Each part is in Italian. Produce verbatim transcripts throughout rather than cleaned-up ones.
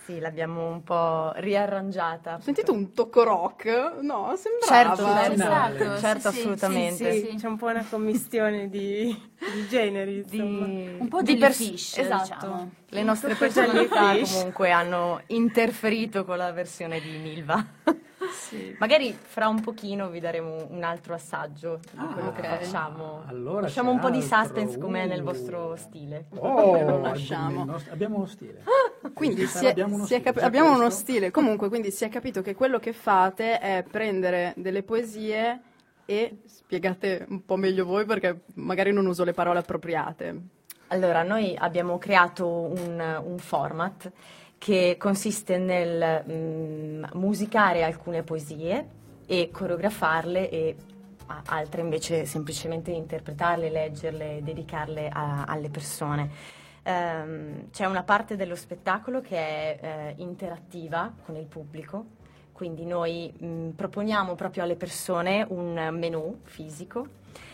Sì, l'abbiamo un po' riarrangiata. Ho sentito un tocco rock? No, sembrava. Certo, C'è certo, stato, certo, sì, sì, assolutamente. sì, Sì, c'è un po' una commistione di, di generi, insomma. Di, Un po' di Jellyfish, esatto. diciamo. Le nostre Un po' personalità Jellyfish. comunque hanno interferito con la versione di Milva. Sì. Magari fra un pochino vi daremo un altro assaggio di Ah, quello che ok. facciamo. Allora Lasciamo c'è un po' di altro. suspense com'è nel Uh. vostro stile. Oh, Lo lasciamo. nel nostro- abbiamo uno stile. Quindi Sara, si è- abbiamo uno si è stile. capi- Già abbiamo uno questo? stile. Comunque, quindi si è capito che quello che fate è prendere delle poesie e spiegate un po' meglio voi perché magari non uso le parole appropriate. Allora, noi abbiamo creato un, un format che consiste nel mm, musicare alcune poesie e coreografarle e a- altre invece semplicemente interpretarle, leggerle, dedicarle a- alle persone. Ehm, c'è una parte dello spettacolo che è eh, interattiva con il pubblico, quindi noi mh, proponiamo proprio alle persone un menù fisico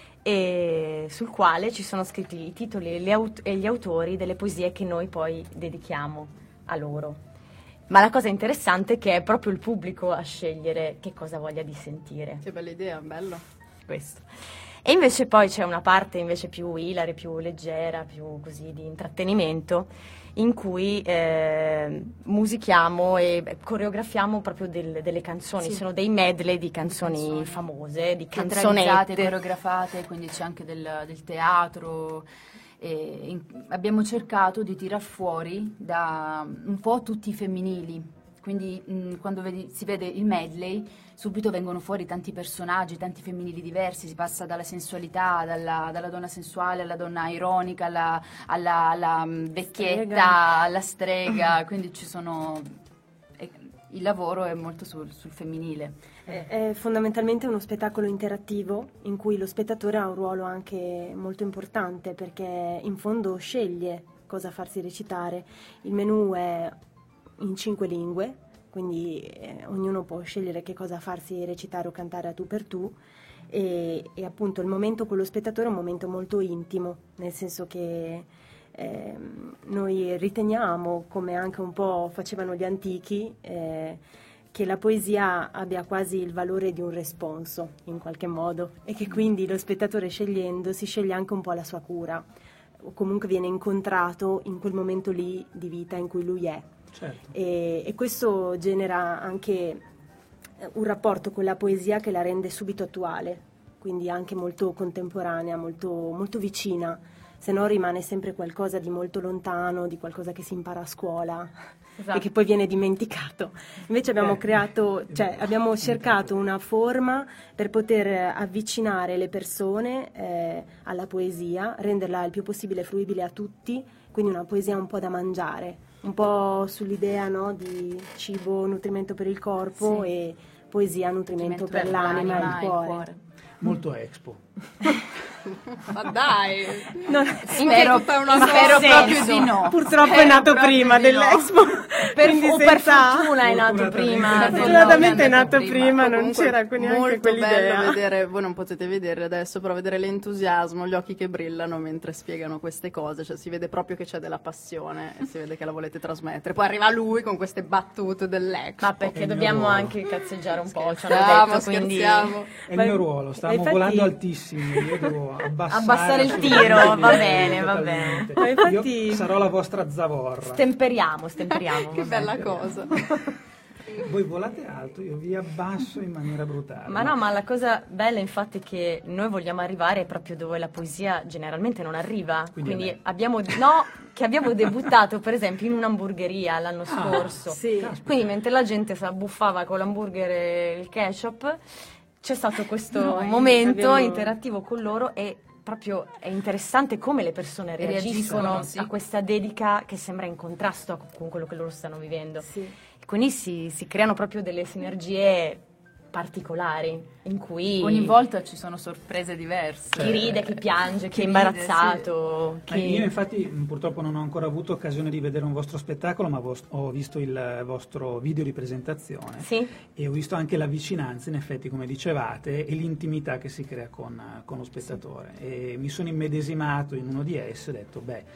e sul quale ci sono scritti i titoli e gli, aut- e gli autori delle poesie che noi poi dedichiamo a loro. Ma la cosa interessante è che è proprio il pubblico a scegliere che cosa voglia di sentire. Che bella idea, bello. Questo. E invece poi c'è una parte invece più ilare, più leggera, più così di intrattenimento, in cui eh, musichiamo e coreografiamo proprio del- delle canzoni. Sì. Sono dei medley di canzoni, Canzoni. famose, di Teatralizzate, canzonette. coreografate, quindi c'è anche del, del teatro. E in- abbiamo cercato di tirar fuori da un po' tutti i femminili, quindi mh, quando vedi- si vede il medley subito vengono fuori tanti personaggi, tanti femminili diversi, si passa dalla sensualità, dalla, dalla donna sensuale alla donna ironica, alla, alla- alla, mh, vecchietta, Strega. alla strega, quindi ci sono... e- il lavoro è molto sul, sul femminile. È, è fondamentalmente uno spettacolo interattivo in cui lo spettatore ha un ruolo anche molto importante perché in fondo sceglie cosa farsi recitare. Il menù è in cinque lingue, quindi eh, ognuno può scegliere che cosa farsi recitare o cantare a tu per tu e, e appunto il momento con lo spettatore è un momento molto intimo, nel senso che ehm, noi riteniamo, come anche un po' facevano gli antichi, eh, che la poesia abbia quasi il valore di un responso in qualche modo e che quindi lo spettatore scegliendo si sceglie anche un po' la sua cura o comunque viene incontrato in quel momento lì di vita in cui lui è. Certo. E, e questo genera anche eh, un rapporto con la poesia che la rende subito attuale, quindi anche molto contemporanea, molto, molto vicina, se no rimane sempre qualcosa di molto lontano, di qualcosa che si impara a scuola Esatto. e che poi viene dimenticato. Invece abbiamo Eh, creato, cioè abbiamo dimenticato. cercato una forma per poter avvicinare le persone eh, alla poesia, renderla il più possibile fruibile a tutti, quindi una poesia un po' da mangiare, un po' sull'idea, no, di cibo, nutrimento per il corpo Sì. e poesia, nutrimento, Nutrimento per, per l'anima l'anima e il cuore. Molto Expo. Ma dai! Non- Spero, tutta una spero cosa. proprio di no. Purtroppo Spero è nato proprio prima di dell'Expo, Per, quindi o per senza- fortuna è nato Fortunatamente. prima. del- Fortunatamente è nato prima. prima, non Comunque, c'era neanche molto quell'idea. bello vedere, voi non potete vedere adesso, però vedere l'entusiasmo, gli occhi che brillano mentre spiegano queste cose, cioè si vede proprio che c'è della passione e si vede che la volete trasmettere. Poi arriva lui con queste battute dell'Expo. Ma perché È il mio dobbiamo ruolo. anche cazzeggiare un po', ci hanno Scherziamo, detto, quindi scherziamo. È il Ma- mio ruolo, stavamo infatti- volando altissimi, io devo abbassare, Abbassare il assolutamente tiro, il va livello, bene, va totalmente. bene. Ma infatti- Io sarò la vostra zavorra. stemperiamo, stemperiamo. Che vabbè. bella cosa. Voi volate alto, io vi abbasso in maniera brutale. Ma no, ma la cosa bella infatti è che noi vogliamo arrivare proprio dove la poesia generalmente non arriva. Quindi Quindi, a me. abbiamo, no, che abbiamo debuttato per esempio in un'hamburgeria l'anno Ah, scorso. Sì. Caspita. Quindi mentre la gente si abbuffava con l'hamburger e il ketchup, c'è stato questo Noi momento abbiamo- interattivo con loro e proprio è interessante come le persone reagiscono, Reagiscono, sì. a questa dedica che sembra in contrasto con quello che loro stanno vivendo. Sì. Quindi si, si creano proprio delle sinergie particolari in cui Ogni volta ci sono sorprese diverse. chi ride, chi piange, chi è chi ride, imbarazzato, Eh, Io chi... infatti mh, purtroppo non ho ancora avuto occasione di vedere un vostro spettacolo, ma vos- ho visto il vostro video di presentazione Sì, e ho visto anche la vicinanza, in effetti, come dicevate, e l'intimità che si crea con, con lo spettatore. E mi sono immedesimato in uno di essi e ho detto, beh,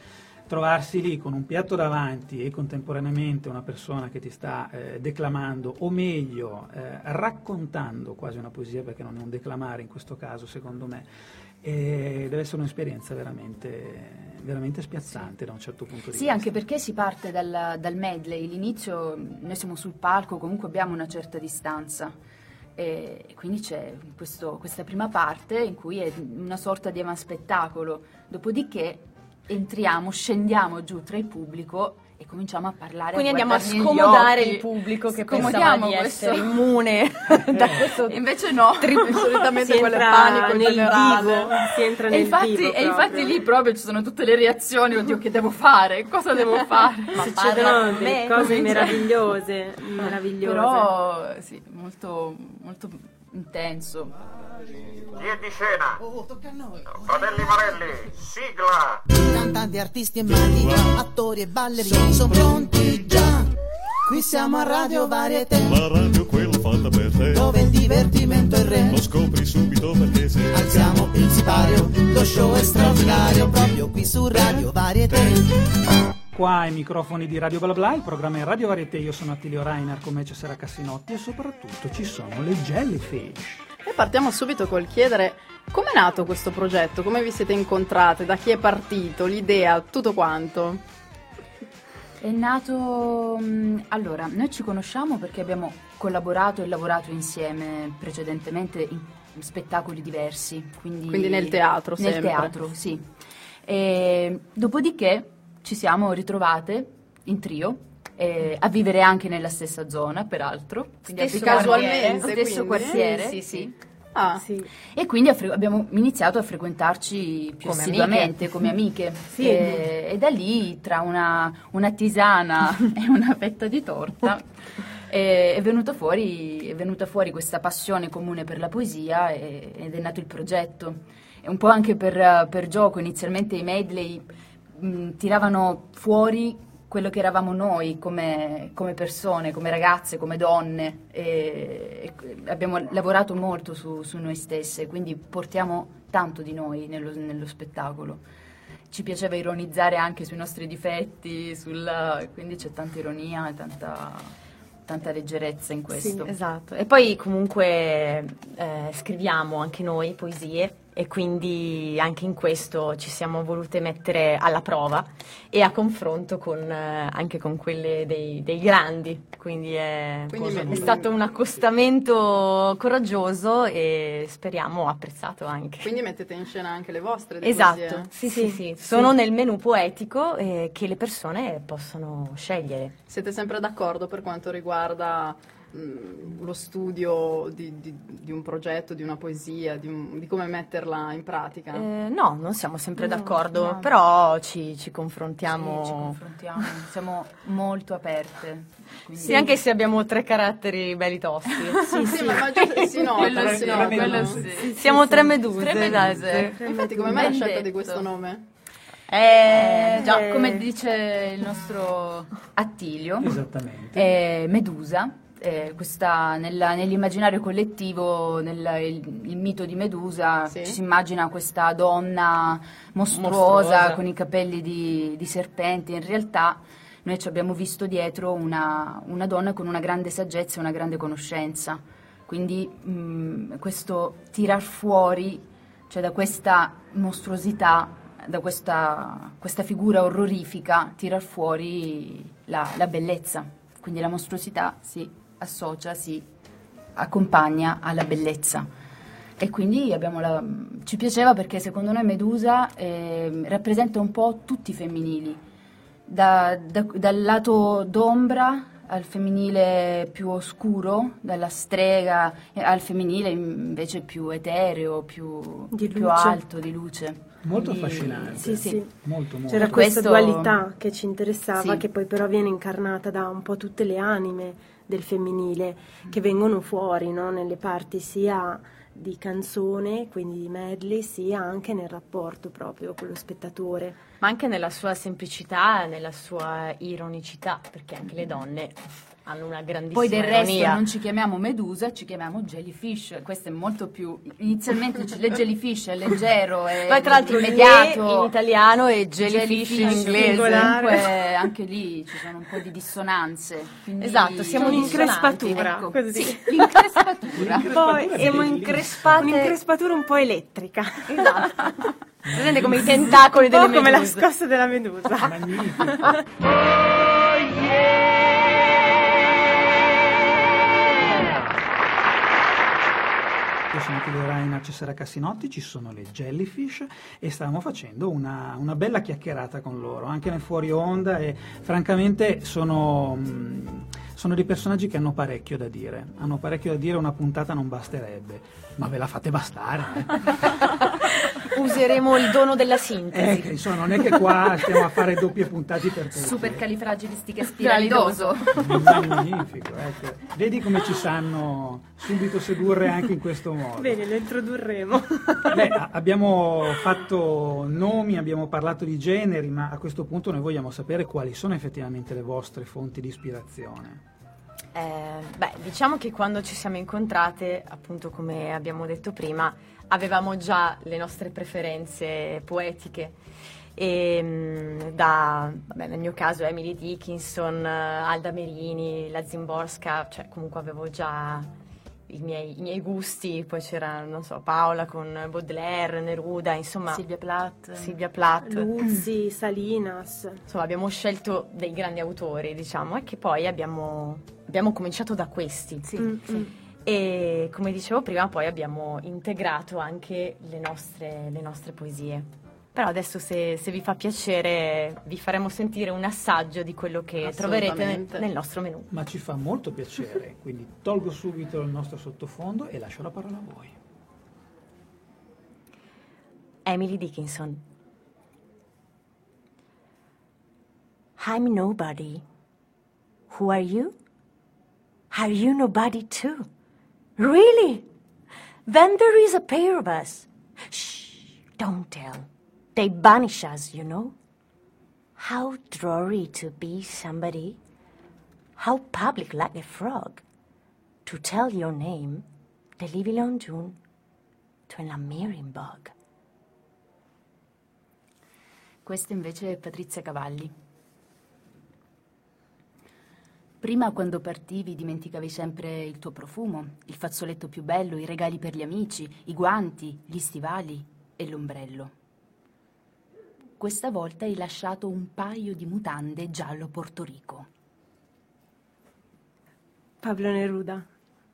trovarsi lì con un piatto davanti e contemporaneamente una persona che ti sta eh, declamando, o meglio eh, raccontando quasi una poesia, perché non è un declamare in questo caso secondo me, e deve essere un'esperienza veramente, veramente spiazzante da un certo punto di sì, vista. Sì, anche perché si parte dal, dal medley, l'inizio, noi siamo sul palco, comunque abbiamo una certa distanza e quindi c'è questo, questa prima parte in cui è una sorta di avanspettacolo, dopodiché entriamo, scendiamo giù tra il pubblico e cominciamo a parlare. Quindi a andiamo a scomodare il pubblico che pensava di essere immune da questo. Invece no, tri- solitamente si quello è entra panico nel generale. vivo, si entra nel e infatti, vivo e infatti proprio. lì proprio ci sono tutte le reazioni, oddio che devo fare, cosa devo fare? Ma Succedono parla con delle me, cose come- meravigliose, meravigliose. Però sì, molto, molto intenso. Chi è di scena? Oh, tocca a noi. Fratelli Marelli, sigla! Cantanti, artisti e maghi, attori e ballerini sono pronti già. Qui siamo a Radio Varieté, la radio quella fatta per te, dove il divertimento è il re. lo scopri subito perché se Alziamo il sipario, lo show è straordinario, proprio qui su Radio Varieté. Qua ai microfoni di Radio Bla Bla, il programma è Radio Varieté, io sono Attilio Reiner, con me c'è Sara Cassinotti e soprattutto ci sono le Jellyfish. E partiamo subito col chiedere come è nato questo progetto, come vi siete incontrate, da chi è partito, l'idea, tutto quanto. È nato, mh, allora, noi ci conosciamo perché abbiamo collaborato e lavorato insieme precedentemente in spettacoli diversi. Quindi, Quindi nel teatro nel sempre. teatro, sì. E dopodiché ci siamo ritrovate in trio, eh, a vivere anche nella stessa zona, peraltro. Quindi Stesso abitavamo- casualmente, stesso quindi? quartiere, Sì, sì, sì. Ah, Sì. E quindi affre- abbiamo iniziato a frequentarci più Come assiduamente, amiche. come amiche. Sì. E, e da lì, tra una, una tisana e una fetta di torta, è, è, venuto fuori, è venuta fuori questa passione comune per la poesia e- ed è nato il progetto. E un po' anche per, per gioco, inizialmente i medley mh, tiravano fuori quello che eravamo noi come, come persone, come ragazze, come donne, e, e abbiamo lavorato molto su, su noi stesse, quindi portiamo tanto di noi nello, nello spettacolo. Ci piaceva ironizzare anche sui nostri difetti, sulla, quindi c'è tanta ironia e tanta, tanta leggerezza in questo. Sì, esatto. E poi comunque eh, scriviamo anche noi poesie e quindi anche in questo ci siamo volute mettere alla prova e a confronto con, eh, anche con quelle dei, dei grandi, quindi è, Quindi è me- stato un accostamento coraggioso e speriamo apprezzato anche. quindi mettete in scena anche le vostre di Esatto, poesie. sì, sì, sì, sono nel menù poetico eh, che le persone possono scegliere. Siete sempre d'accordo per quanto riguarda mh, lo studio di, di- di un progetto, di una poesia, di, un- di come metterla in pratica? Eh, no, non siamo sempre No, d'accordo, no. però ci, ci confrontiamo. Sì, ci confrontiamo, siamo molto aperte. quindi- Sì, anche se abbiamo tre caratteri belli tosti. Sì, sì, ma immagino si nota, Quello si sì, nota. quello sì. Siamo tre meduse, Tre meduse. esatto. Infatti, come mai la Ben scelta di detto. questo nome? Eh, Eh, già, Eh. come dice il nostro Attilio, Esattamente. è Medusa, eh, questa, nella- nell'immaginario collettivo, nel, il, il mito di Medusa, Sì. ci si immagina questa donna mostruosa, Mostruosa. con i capelli di, di serpente. In realtà noi ci abbiamo visto dietro una, una donna con una grande saggezza e una grande conoscenza. Quindi mh, questo tirar fuori, cioè da questa mostruosità, da questa, questa figura orrorifica, tirar fuori la, la bellezza. Quindi la mostruosità si associa, si accompagna alla bellezza. E quindi abbiamo la, ci piaceva perché secondo noi Medusa eh, rappresenta un po' tutti i femminili, da- da- dal lato d'ombra al femminile più oscuro, dalla strega eh, al femminile invece più etereo, più, Di più luce. alto, di luce. Molto Quindi- affascinante. Sì, sì. Molto, molto. C'era Per questa questo- dualità che ci interessava, Sì. che poi però viene incarnata da un po' tutte le anime del femminile che vengono fuori, no? Nelle parti sia di canzone, quindi di medley, sia anche nel rapporto proprio con lo spettatore. ma anche nella sua semplicità, nella sua ironicità, perché anche le donne hanno una grandissima Poi del resto ironia. non ci chiamiamo Medusa, ci chiamiamo Jellyfish. Questo è molto più, inizialmente le Jellyfish è leggero e Poi tra l'altro immediato in italiano e jellyfish, jellyfish in inglese. comunque anche lì ci sono un po' di dissonanze, quindi Esatto, siamo un'increspatura, ecco, così. sì, l'increspatura. Poi siamo increspate. Un'increspatura un po' elettrica. Esatto. Vedete come i tentacoli Un po' delle come la meduse. scossa della medusa. Magnifico. Io sono Attilio Rainer, Cesare Cassinotti, ci sono le Jellyfish e stavamo facendo una, una bella chiacchierata con loro, anche nel fuori onda, e francamente sono, mh, sono dei personaggi che hanno parecchio da dire, hanno parecchio da dire, una puntata non basterebbe, ma ve la fate bastare. Eh? Useremo il dono della sintesi. Eh, insomma, non è che qua stiamo a fare doppie puntate per tutti. Supercalifragilistichespiralidoso. Magnifico, ecco. Vedi come ci sanno subito sedurre anche in questo modo. Bene, lo introdurremo. Beh, a- abbiamo fatto nomi, abbiamo parlato di generi, ma a questo punto noi vogliamo sapere quali sono effettivamente le vostre fonti di ispirazione. Eh, beh, diciamo che quando ci siamo incontrate, appunto come abbiamo detto prima, avevamo già le nostre preferenze poetiche e mh, da, vabbè, nel mio caso Emily Dickinson, Alda Merini, la Zimborska, cioè comunque avevo già i miei, i miei gusti, poi c'era, non so, Paola con Baudelaire, Neruda, insomma Silvia Plath. Silvia Plath. Luzzi, Salinas. Insomma, abbiamo scelto dei grandi autori, diciamo, e che poi abbiamo, abbiamo cominciato da questi. Sì, Mm, sì. mm. E come dicevo prima, poi abbiamo integrato anche le nostre, le nostre poesie. Però adesso, se, se vi fa piacere, vi faremo sentire un assaggio di quello che troverete nel, Assolutamente. nel nostro menù. Ma ci fa molto piacere, quindi tolgo subito il nostro sottofondo e lascio la parola a voi. Emily Dickinson. I'm nobody. Who are you? Are you nobody too? Really? Then there is a pair of us. Shh, don't tell. They banish us, you know. How dreary to be somebody. How public like a frog. To tell your name, the living on June, to an Amirin bug. Questa invece è Patrizia Cavalli. Prima, quando partivi, dimenticavi sempre il tuo profumo, il fazzoletto più bello, i regali per gli amici, i guanti, gli stivali e l'ombrello. Questa volta hai lasciato un paio di mutande giallo Porto Rico. Pablo Neruda.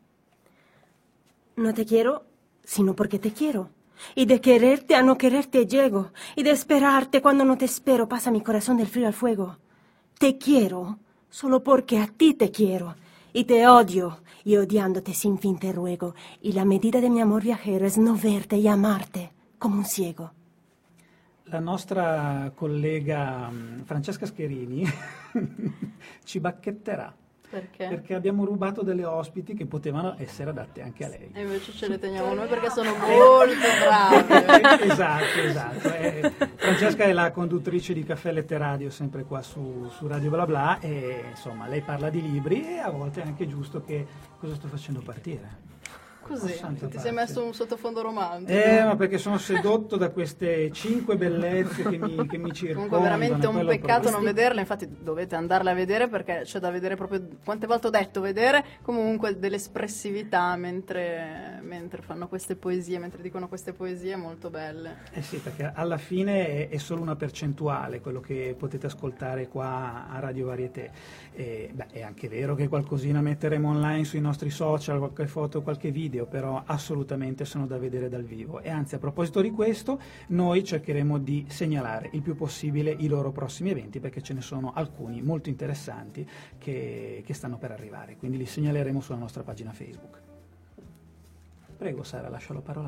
No te quiero, sino porque te quiero. Y de quererte a no quererte llego. Y de esperarte cuando no te espero pasa mi corazón del frío al fuego. Te quiero solo porque a ti te quiero. Y te odio, y odiándote sin fin te ruego. Y la medida de mi amor viajero es no verte y amarte como un ciego. La nostra collega mh, Francesca Scherini ci bacchetterà. Perché? Perché abbiamo rubato delle ospiti che potevano essere adatte anche a lei. E invece ce le teniamo noi perché sono molto brave. esatto, esatto. Eh, Francesca è la conduttrice di Caffè Letteradio, sempre qua su, su Radio Bla Bla, e insomma lei parla di libri e a volte è anche giusto che cosa sto facendo partire. Così, Oh, santa ti sei pace. messo un sottofondo romantico. Eh, ma perché sono sedotto da queste cinque bellezze che mi, che mi circondano. Comunque veramente un quello peccato proprio. non vederle, infatti dovete andarle a vedere perché c'è da vedere proprio, quante volte ho detto vedere, comunque dell'espressività mentre, mentre fanno queste poesie, mentre dicono queste poesie molto belle. Eh sì, perché alla fine è, è solo una percentuale quello che potete ascoltare qua a Radio Varieté. E, beh, è anche vero che qualcosina metteremo online sui nostri social, qualche foto, qualche video, però assolutamente sono da vedere dal vivo. E anzi, a proposito di questo, noi cercheremo di segnalare il più possibile i loro prossimi eventi, perché ce ne sono alcuni molto interessanti che, che stanno per arrivare, quindi li segnaleremo sulla nostra pagina Facebook. Prego Sara, lascio la parola a te.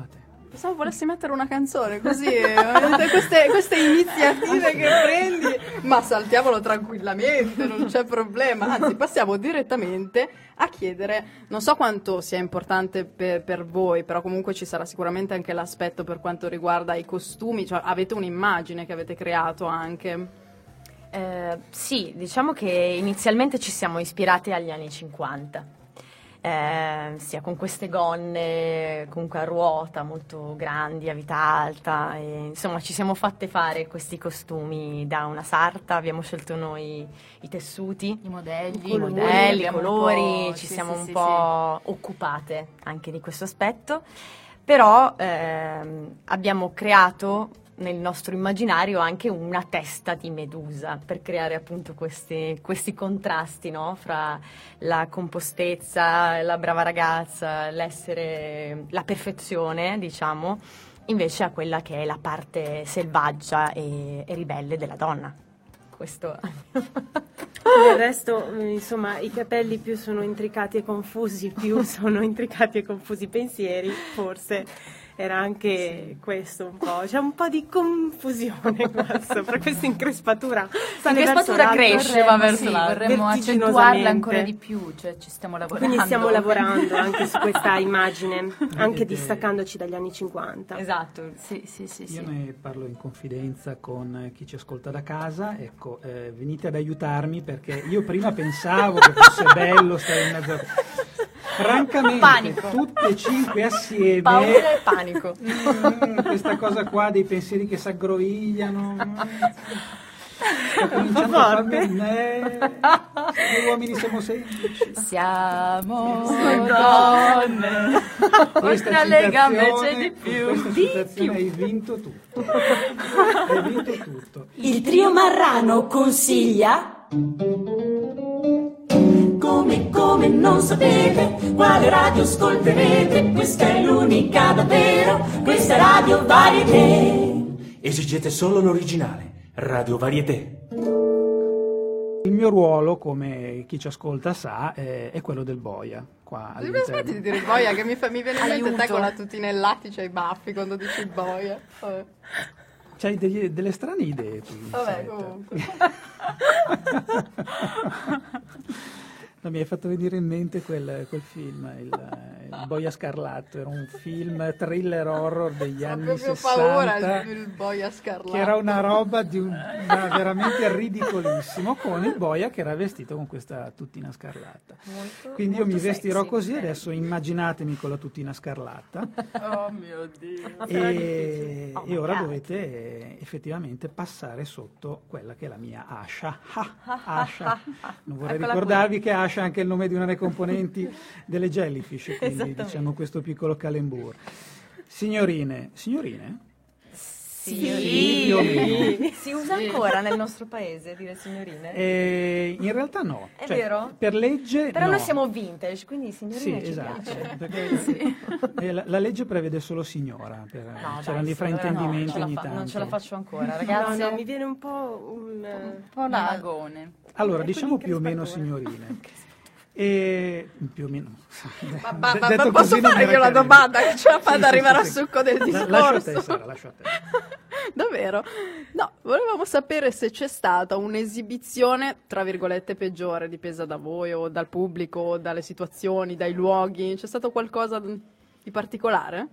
Pensavo volessi mettere una canzone così, eh, queste, queste iniziative che prendi, ma saltiamolo tranquillamente, non c'è problema. Anzi, passiamo direttamente a chiedere, non so quanto sia importante per, per voi, però comunque ci sarà sicuramente anche l'aspetto per quanto riguarda i costumi, cioè avete un'immagine che avete creato anche. Eh, sì, diciamo che inizialmente ci siamo ispirati agli anni cinquanta. Eh, sia con queste gonne comunque a ruota molto grandi, a vita alta, e, insomma ci siamo fatte fare questi costumi da una sarta, abbiamo scelto noi i tessuti, i modelli, i modelli, i colori, ci sì, siamo sì, un sì, po' sì. occupate anche di questo aspetto, però ehm, abbiamo creato nel nostro immaginario anche una testa di Medusa per creare appunto questi, questi contrasti, no? Fra la compostezza, la brava ragazza, l'essere, la perfezione, diciamo, invece a quella che è la parte selvaggia e, e ribelle della donna. Questo. Del resto, insomma, i capelli più sono intricati e confusi, più sono intricati e confusi i pensieri, forse. Era anche sì. questo un po', c'è un po' di confusione qua sopra, questa increspatura. L'increspatura cresce, va verso sì, l'alto. Vorremmo accentuarla ancora di più, cioè ci stiamo lavorando. Quindi stiamo lavorando anche su questa immagine, anche distaccandoci dagli anni cinquanta. Esatto, sì, sì, sì. Io sì. ne parlo in confidenza con chi ci ascolta da casa, ecco, eh, venite ad aiutarmi perché io prima pensavo che fosse bello stare in mezzo a... Francamente, panico. tutte e cinque assieme. Paura e panico. Mm, questa cosa qua dei pensieri che si aggrovigliano. Sto cominciando a farmi un me. Noi uomini siamo semplici. Siamo donne. Oltre alle gambe c'è di più. Questa Di situazione più. hai vinto tutto. Hai vinto tutto. Il trio Marrano consiglia. Come, come non sapete quale radio ascolterete, questa è l'unica davvero, questa è Radio Varieté. Esigete solo l'originale, Radio Varieté. Il mio ruolo, come chi ci ascolta sa, è, è quello del boia. Qua Non smetti di dire il boia, che mi, fa, mi viene in mente te con la tutina in latti, i baffi quando dici il boia. Vabbè. C'hai degli, delle strane idee tu. Vabbè, comunque. No, mi hai fatto venire in mente quel, quel film, il, il Boia Scarlatto, era un film thriller horror degli anni proprio sessanta. Paura il, il Boia Scarlatto. Che era una roba di un, una, veramente ridicolissimo, con il boia che era vestito con questa tuttina scarlatta. Molto, Quindi io molto mi vestirò sexy, così, sexy. adesso immaginatemi con la tuttina scarlatta. Oh mio Dio. E, Oh e ora God. dovete eh, effettivamente passare sotto quella che è la mia Asha. Ah, Asha. Non vorrei Eccola ricordarvi che Asha è anche il nome di una delle componenti delle Jellyfish, quindi Esattamente. diciamo questo piccolo calembour. Signorine, signorine? Sì, più o meno. si usa ancora nel nostro paese dire signorine? Eh, in realtà no. È Cioè, vero? Per legge Però no. noi siamo vintage, quindi signorine Sì, ci esatto, piace. perché Sì. eh, la, la legge prevede solo signora, per, No, c'erano dai, dei fraintendimenti no, non ce la ogni fa- tanto. non ce la faccio ancora, No, ragazze. no, mi viene un po' un... Un po' lagone. Allora, È diciamo più o meno quell'increspatura. signorine. E più o meno. Ma, ma, ma, Detto ma posso così non fare era io la carino. domanda che ce la fa Sì, ad sì, arrivare sì, al sì. succo del La- discorso? lascio a te, Sara, lascio a te. Davvero? No, volevamo sapere se c'è stata un'esibizione, tra virgolette, peggiore, dipesa da voi o dal pubblico, dalle situazioni, dai luoghi. C'è stato qualcosa di particolare?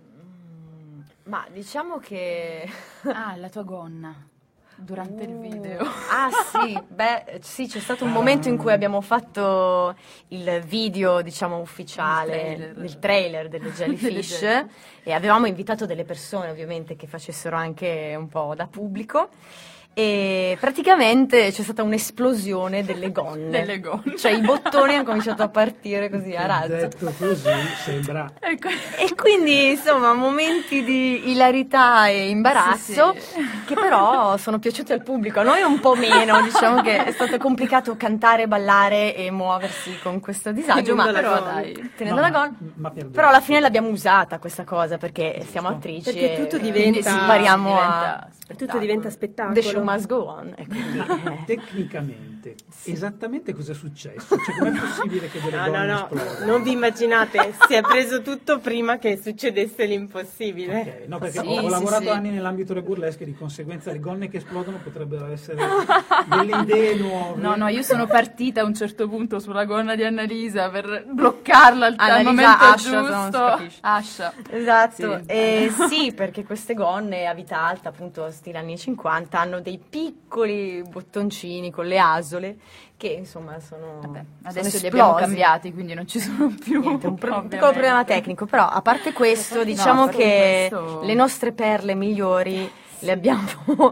Ma diciamo che... Ah, la tua gonna. Durante il video. Ah sì, beh sì, c'è stato un momento in cui abbiamo fatto il video, diciamo, ufficiale, Il trailer. del trailer delle Jellyfish Delle e avevamo invitato delle persone ovviamente che facessero anche un po' da pubblico e praticamente c'è stata un'esplosione delle gonne. Delle gonne. Cioè i bottoni hanno cominciato a partire così a razzo. Detto così sembra Ecco. E quindi insomma momenti di ilarità e imbarazzo Sì, sì. che però sono piaciuti al pubblico, a noi un po' meno, diciamo che è stato complicato cantare, ballare e muoversi con questo disagio, ma Tenendo la però gonna. dai, tenendo No, la gonna. ma- ma per Però alla fine l'abbiamo usata questa cosa perché siamo attrici Perché e tutto quindi diventa- ci impariamo diventa a Tutto diventa spettacolo. The show must go on. E quindi, eh. Tecnicamente, sì. esattamente cosa è successo? Cioè, com'è possibile che delle no, gonne no, no, esplodano? Non vi immaginate, si è preso tutto prima che succedesse l'impossibile. Okay. No, perché sì, ho, ho sì, lavorato sì. anni nell'ambito delle burlesche, di conseguenza le gonne che esplodono potrebbero essere delle idee nuove. No, no, io sono partita a un certo punto sulla gonna di Annalisa per bloccarla al, al Annalisa momento Ascia, se non si giusto. capisce. Ascia. Esatto, Sì. e sì, perché queste gonne a vita alta, appunto stile anni cinquanta, hanno dei piccoli bottoncini con le asole che insomma sono Vabbè, sono adesso li esplosi. abbiamo cambiati, quindi non ci sono più. Niente, un pro- ovviamente. piccolo problema tecnico, però a parte questo diciamo a parte che questo- le nostre perle migliori le abbiamo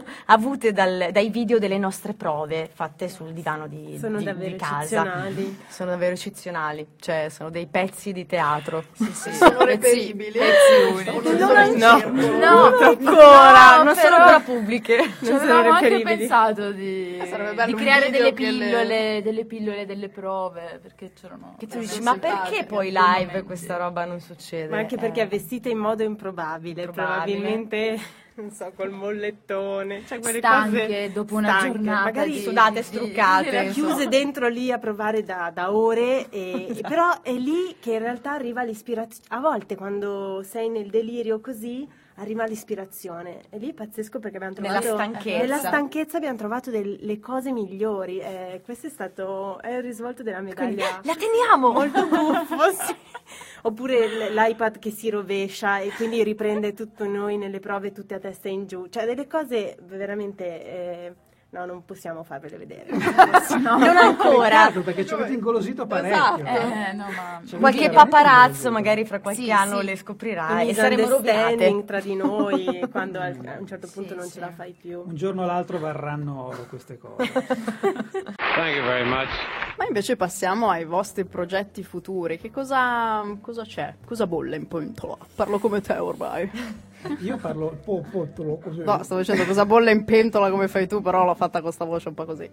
avute dal- dai video delle nostre prove fatte sul divano di, Sono di- davvero di casa. eccezionali. Sono davvero eccezionali, cioè sono dei pezzi di teatro. Sì, sì, Sono pezzi- reperibili. pezzi unici. No, No, ancora, no, non sono però- ancora pubbliche. Ci Non sono avevamo anche reperibili. pensato di, Sarebbe bello di un creare video delle che le- pillole, delle pillole delle prove, perché c'erano. Che tu erano dici, ma simpatiche perché poi in quei live momenti. questa roba non succede? Ma anche perché è vestita in modo improbabile, Probabile. probabilmente, non so, col mollettone, cioè quelle Stanche, cose dopo una stanche, giornata magari di- sudate, di- struccate, di- chiuse dentro lì a provare da, da ore, e, e però è lì che in realtà arriva l'ispirazione. A volte quando sei nel delirio così arriva l'ispirazione, e lì è pazzesco perché abbiamo Nella trovato stanchezza. nella stanchezza abbiamo trovato delle cose migliori, eh, questo è stato è il risvolto della medaglia. La teniamo! Molto buffo, sì. Oppure l- l'iPad che si rovescia e quindi riprende tutto noi nelle prove tutte a testa in giù, cioè delle cose veramente eh, no, non possiamo farvele vedere. No, Non ancora. Peccato, perché ci avete ingolosito parecchio. Eh, no, ma Ci avete Qualche veramente paparazzo ingolosito. magari fra qualche Sì, anno sì. le scoprirà Un e saremo rovinate. misunderstanding tra di noi quando al- a un certo punto Sì, non sì. ce la fai più. Un giorno o l'altro varranno oro queste cose. Thank you very much. Ma invece passiamo ai vostri progetti futuri. Che cosa, cosa c'è? Cosa bolle in pentola? Parlo come te ormai. Io parlo il po- potolo così. No, stavo dicendo cosa bolle in pentola come fai tu, però l'ho fatta con sta voce un po' così.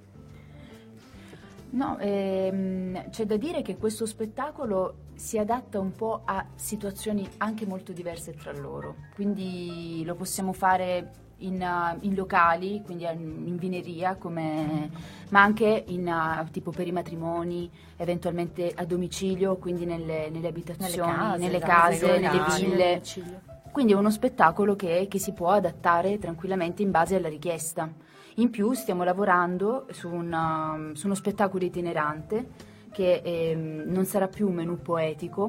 No, ehm, c'è da dire che questo spettacolo si adatta un po' a situazioni anche molto diverse tra loro, quindi lo possiamo fare in, uh, in locali, quindi in vineria, come, ma anche in, uh, tipo per i matrimoni, eventualmente a domicilio, quindi nelle, nelle abitazioni, case, nelle esatto, case, nei nelle locali. ville. Quindi è uno spettacolo che, che si può adattare tranquillamente in base alla richiesta. In più stiamo lavorando su, una, su uno spettacolo itinerante che ehm, non sarà più un menù poetico,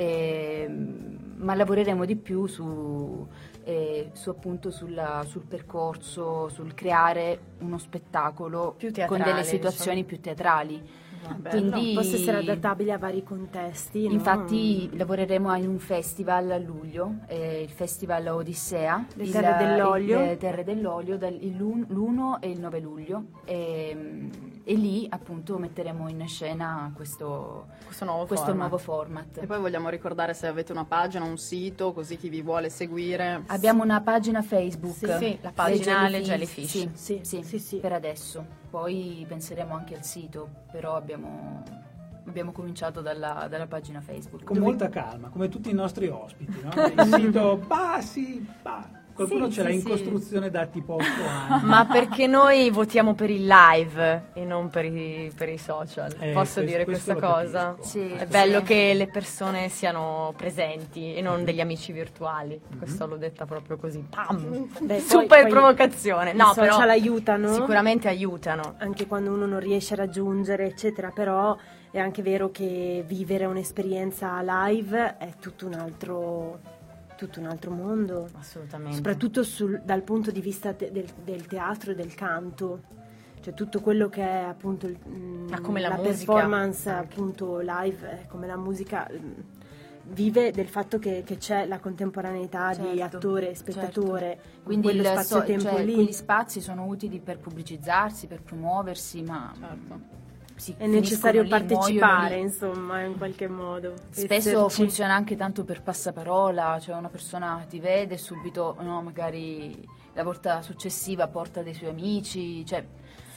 ehm, ma lavoreremo di più su, eh, su appunto sulla- sul percorso, sul creare uno spettacolo Più con teatrale, delle situazioni diciamo. più teatrali. Bello. Quindi Possa essere adattabile a vari contesti, no? infatti lavoreremo in un festival a luglio, eh, il festival Odissea, Le il- Terre dell'Olio. il- le Terre dell'Olio, dal- il l'un- l'uno e il nove luglio, e, e lì appunto metteremo in scena questo, Questo nuovo questo format. nuovo format. E poi vogliamo ricordare se avete una pagina, un sito, così chi vi vuole seguire. Abbiamo una pagina Facebook, Sì, sì, la pagina Le Jellyfish. Sì, Sì, sì, sì, sì. per adesso. Poi penseremo anche al sito, però abbiamo, abbiamo cominciato dalla, dalla pagina Facebook. Con molta calma, come tutti i nostri ospiti, no? Il sito, bah, sì, bah. Qualcuno Sì, ce l'ha sì, in sì. costruzione da tipo otto anni. Ma perché noi votiamo per il live e non per i, per i social? Eh, Posso questo- dire questo questa lo cosa? capisco. Sì, È sì. bello che le persone siano presenti e non degli amici virtuali. Questo l'ho detta proprio così. Pam! Beh, poi- Super poi provocazione. No, i social però aiutano. sicuramente aiutano. Anche quando uno non riesce a raggiungere, eccetera, però è anche vero che vivere un'esperienza live è tutto un altro, tutto un altro mondo, Assolutamente. soprattutto sul- dal punto di vista te- del, del teatro e del canto, cioè tutto quello che è appunto il- mm, Ma come la musica performance anche. appunto live, eh, come la musica mm, vive del fatto che, che c'è la contemporaneità di Certo, attore e spettatore, certo. Quindi quello il so- spazio-tempo cioè, lì. quegli spazi sono utili per pubblicizzarsi, per promuoversi, ma Certo. si È necessario finiscono lì, partecipare, muoiono lì. insomma, in qualche modo. Spesso Esserci. funziona anche tanto per passaparola, cioè una persona ti vede e subito, no, magari la volta successiva porta dei suoi amici, cioè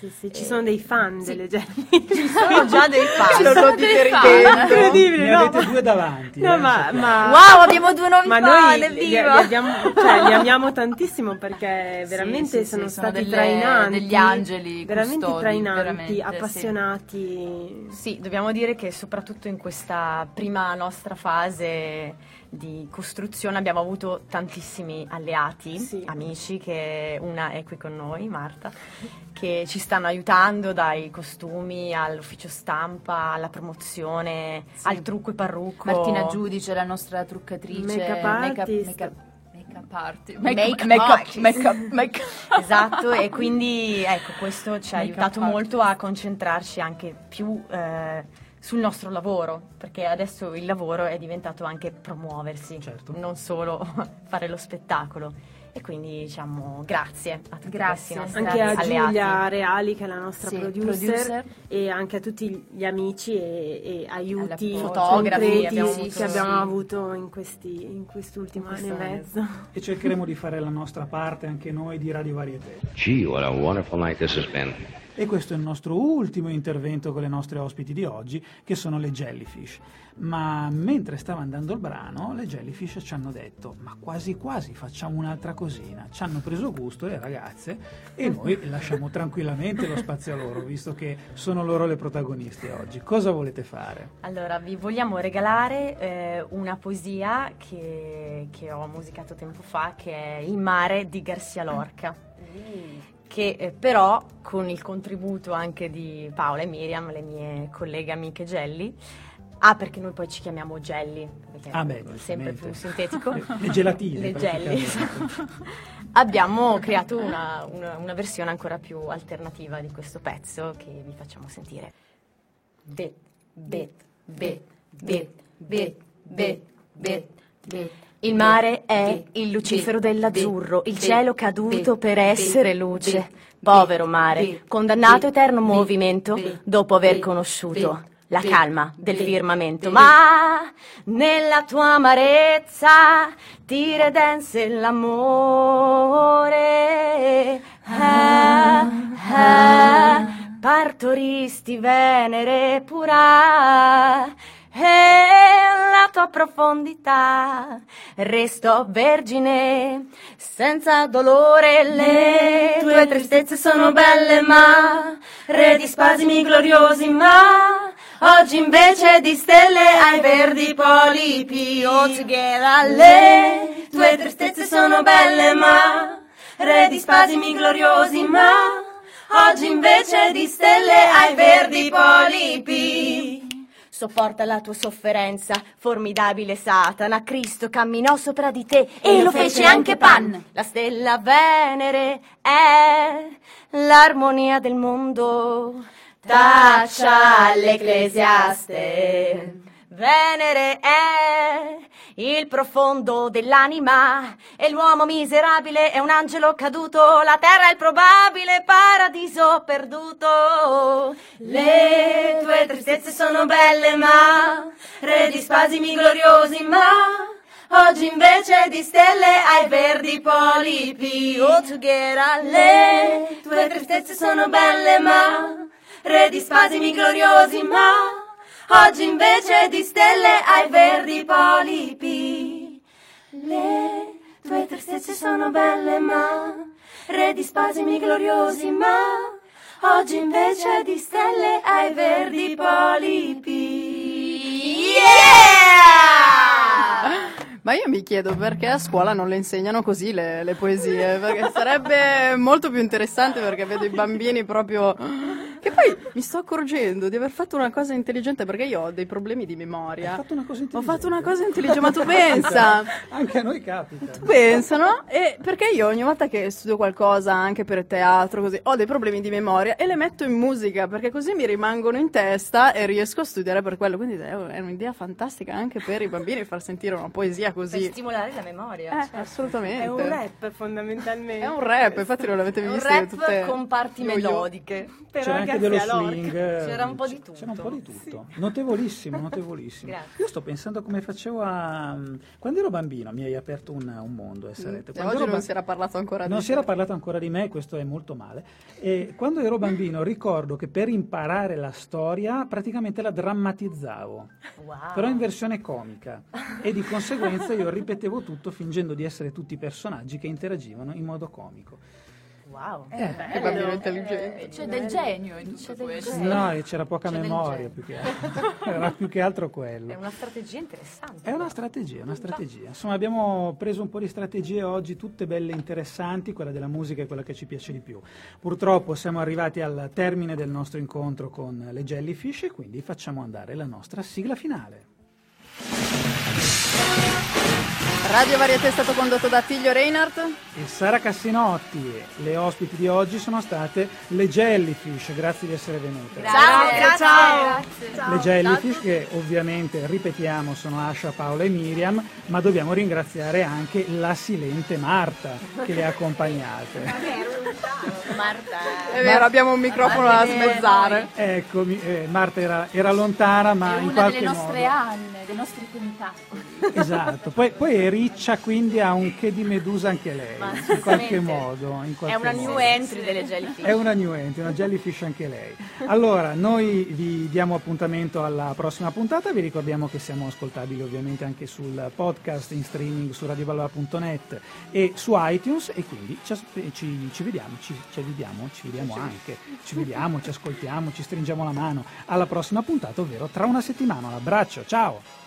Sì, sì, ci sono dei fan sì. delle Jellyfish. Ci sono già dei fan. Sono tutti ridendo. Incredibile, ne no? Avete due davanti. No, eh, ma, ma, wow, abbiamo due nuovi ma fan, noi li, evviva! li, abbiamo, cioè, li amiamo tantissimo perché veramente sì, sì, sono sì, sono stati delle, trainanti, degli angeli veramente custodi, trainanti, veramente, appassionati. Sì. sì, dobbiamo dire che soprattutto in questa prima nostra fase di costruzione abbiamo avuto tantissimi alleati, sì. amici, che una è qui con noi, Marta, che ci stanno aiutando dai costumi all'ufficio stampa, alla promozione, sì. al trucco e parrucco. Martina Giudice, la nostra truccatrice, make-up artist. Make-up, make-up artist. Make-up, make-up, artist. make-up, make-up. Esatto, e quindi ecco, questo ci ha Make-up aiutato artist. molto a concentrarci anche più eh, sul nostro lavoro, perché adesso il lavoro è diventato anche promuoversi, certo. non solo fare lo spettacolo. E quindi diciamo grazie a tutti Grazie. questi nostri Anche a alleati. Giulia Reali, che è la nostra Sì, producer, producer, e anche a tutti gli amici e, e aiuti Alla fotografi concreti abbiamo che avuto, abbiamo sì. avuto in, questi, in quest'ultimo In anno e questo mezzo. E cercheremo di fare la nostra parte anche noi di Radio Varieté. Gee, what a wonderful night this has been. E questo è il nostro ultimo intervento con le nostre ospiti di oggi, che sono le Jellyfish. Ma mentre stava andando il brano, le Jellyfish ci hanno detto: ma quasi quasi facciamo un'altra cosina. Ci hanno preso gusto le ragazze e noi lasciamo tranquillamente lo spazio a loro, visto che sono loro le protagoniste oggi. Cosa volete fare? Allora, vi vogliamo regalare eh, una poesia che, che ho musicato tempo fa, che è Il mare di Garcia Lorca. Che eh, però con il contributo anche di Paola e Miriam, le mie colleghe amiche Jelly, ah perché noi poi ci chiamiamo Jelly, perché Ah beh, è sempre giustamente. più sintetico, Le, le gelatine. le Jelly, praticamente. abbiamo creato una, una, una versione ancora più alternativa di questo pezzo che vi facciamo sentire. Bet, bet, bet, bet, bet, bet, bet, bet. Il mare è il lucifero dell'azzurro, il cielo caduto per essere luce. Povero mare, condannato a eterno movimento dopo aver conosciuto la calma del firmamento. Ma nella tua amarezza ti redense l'amore. Ah, ah, partoristi Venere pura. E la tua profondità restò vergine senza dolore. Le tue tristezze sono belle, ma re di spasimi gloriosi, ma oggi invece di stelle hai verdi polipi. Oh, together. Le tue tristezze sono belle, ma re di spasimi gloriosi, ma oggi invece di stelle hai verdi polipi. Sopporta la tua sofferenza, formidabile Satana, Cristo camminò sopra di te e, e lo fece anche Pan. La stella Venere è l'armonia del mondo, taccia l'Ecclesiaste. Venere è il profondo dell'anima e l'uomo miserabile è un angelo caduto, la terra è il probabile paradiso perduto. Le tue tristezze sono belle, ma re di spasimi gloriosi, ma oggi invece di stelle hai verdi polipi. Oh, together. Le tue tristezze sono belle, ma re di spasimi gloriosi, ma oggi invece di stelle hai verdi polipi. Le tue tristezze sono belle, ma re di spasimi gloriosi, ma oggi invece di stelle hai verdi polipi. Yeah! Ma io mi chiedo perché a scuola non le insegnano così le, le poesie, perché sarebbe molto più interessante, perché vedo i bambini proprio... Che poi mi sto accorgendo di aver fatto una cosa intelligente, perché io ho dei problemi di memoria. Hai fatto una cosa intelligente? Ho fatto una cosa intelligente, ma tu pensa... Anche a noi capita. Tu pensa, no? E perché io ogni volta che studio qualcosa, anche per teatro, così, ho dei problemi di memoria e le metto in musica, perché così mi rimangono in testa e riesco a studiare per quello. Quindi è un'idea fantastica anche per i bambini far sentire una poesia così. Per stimolare la memoria. Eh, assolutamente. È un rap fondamentalmente. È un rap, infatti non l'avete È un visto. rap tutte con parti yo-yo. melodiche. Però C'era anche anche dello swing. C'era un po' di tutto. C'era un po' di tutto. Sì. Notevolissimo, notevolissimo. Io sto pensando come facevo a... Quando ero bambino mi hai aperto un, un mondo, Essarete. Mm. Oggi non ba... si era parlato ancora di Non te. si era parlato ancora di me, questo è molto male. E quando ero bambino ricordo che per imparare la storia praticamente la drammatizzavo, wow. però in versione comica. E di conseguenza io ripetevo tutto fingendo di essere tutti personaggi che interagivano in modo comico. Wow, eh, che bambino intelligente. Eh, c'è del genio in tutto questo. No, c'era poca c'è memoria più che altro. Era più che altro quello. È una strategia interessante. È una strategia, una strategia. Insomma, abbiamo preso un po' di strategie oggi, tutte belle e interessanti, quella della musica è quella che ci piace di più. Purtroppo siamo arrivati al termine del nostro incontro con le Jellyfish e quindi facciamo andare la nostra sigla finale. Radio Varieté è stato condotto da Attilio Reinhardt e Sara Cassinotti. Le ospiti di oggi sono state le Jellyfish, grazie di essere venute. Ciao, grazie, ciao. Grazie. ciao. Le Jellyfish che ovviamente, ripetiamo, sono Asha, Paola e Miriam, ma dobbiamo ringraziare anche la silente Marta che le ha accompagnate. Marta. È vero, abbiamo un microfono da smezzare. Ecco, eh, Marta era, era lontana, ma è in una qualche delle modo... nostre anne, dei nostri contatti. Esatto, poi, poi è riccia, quindi ha un che di Medusa anche lei, in qualche modo. In qualche è una modo. new entry delle Jellyfish. È una new entry, una Jellyfish anche lei. Allora, noi vi diamo appuntamento alla prossima puntata, vi ricordiamo che siamo ascoltabili ovviamente anche sul podcast in streaming su radio balboa punto net e su iTunes e quindi ci, ci, ci vediamo, ci, ci vediamo, ci vediamo anche, ci vediamo, ci ascoltiamo, ci stringiamo la mano alla prossima puntata, ovvero tra una settimana. Un abbraccio, ciao!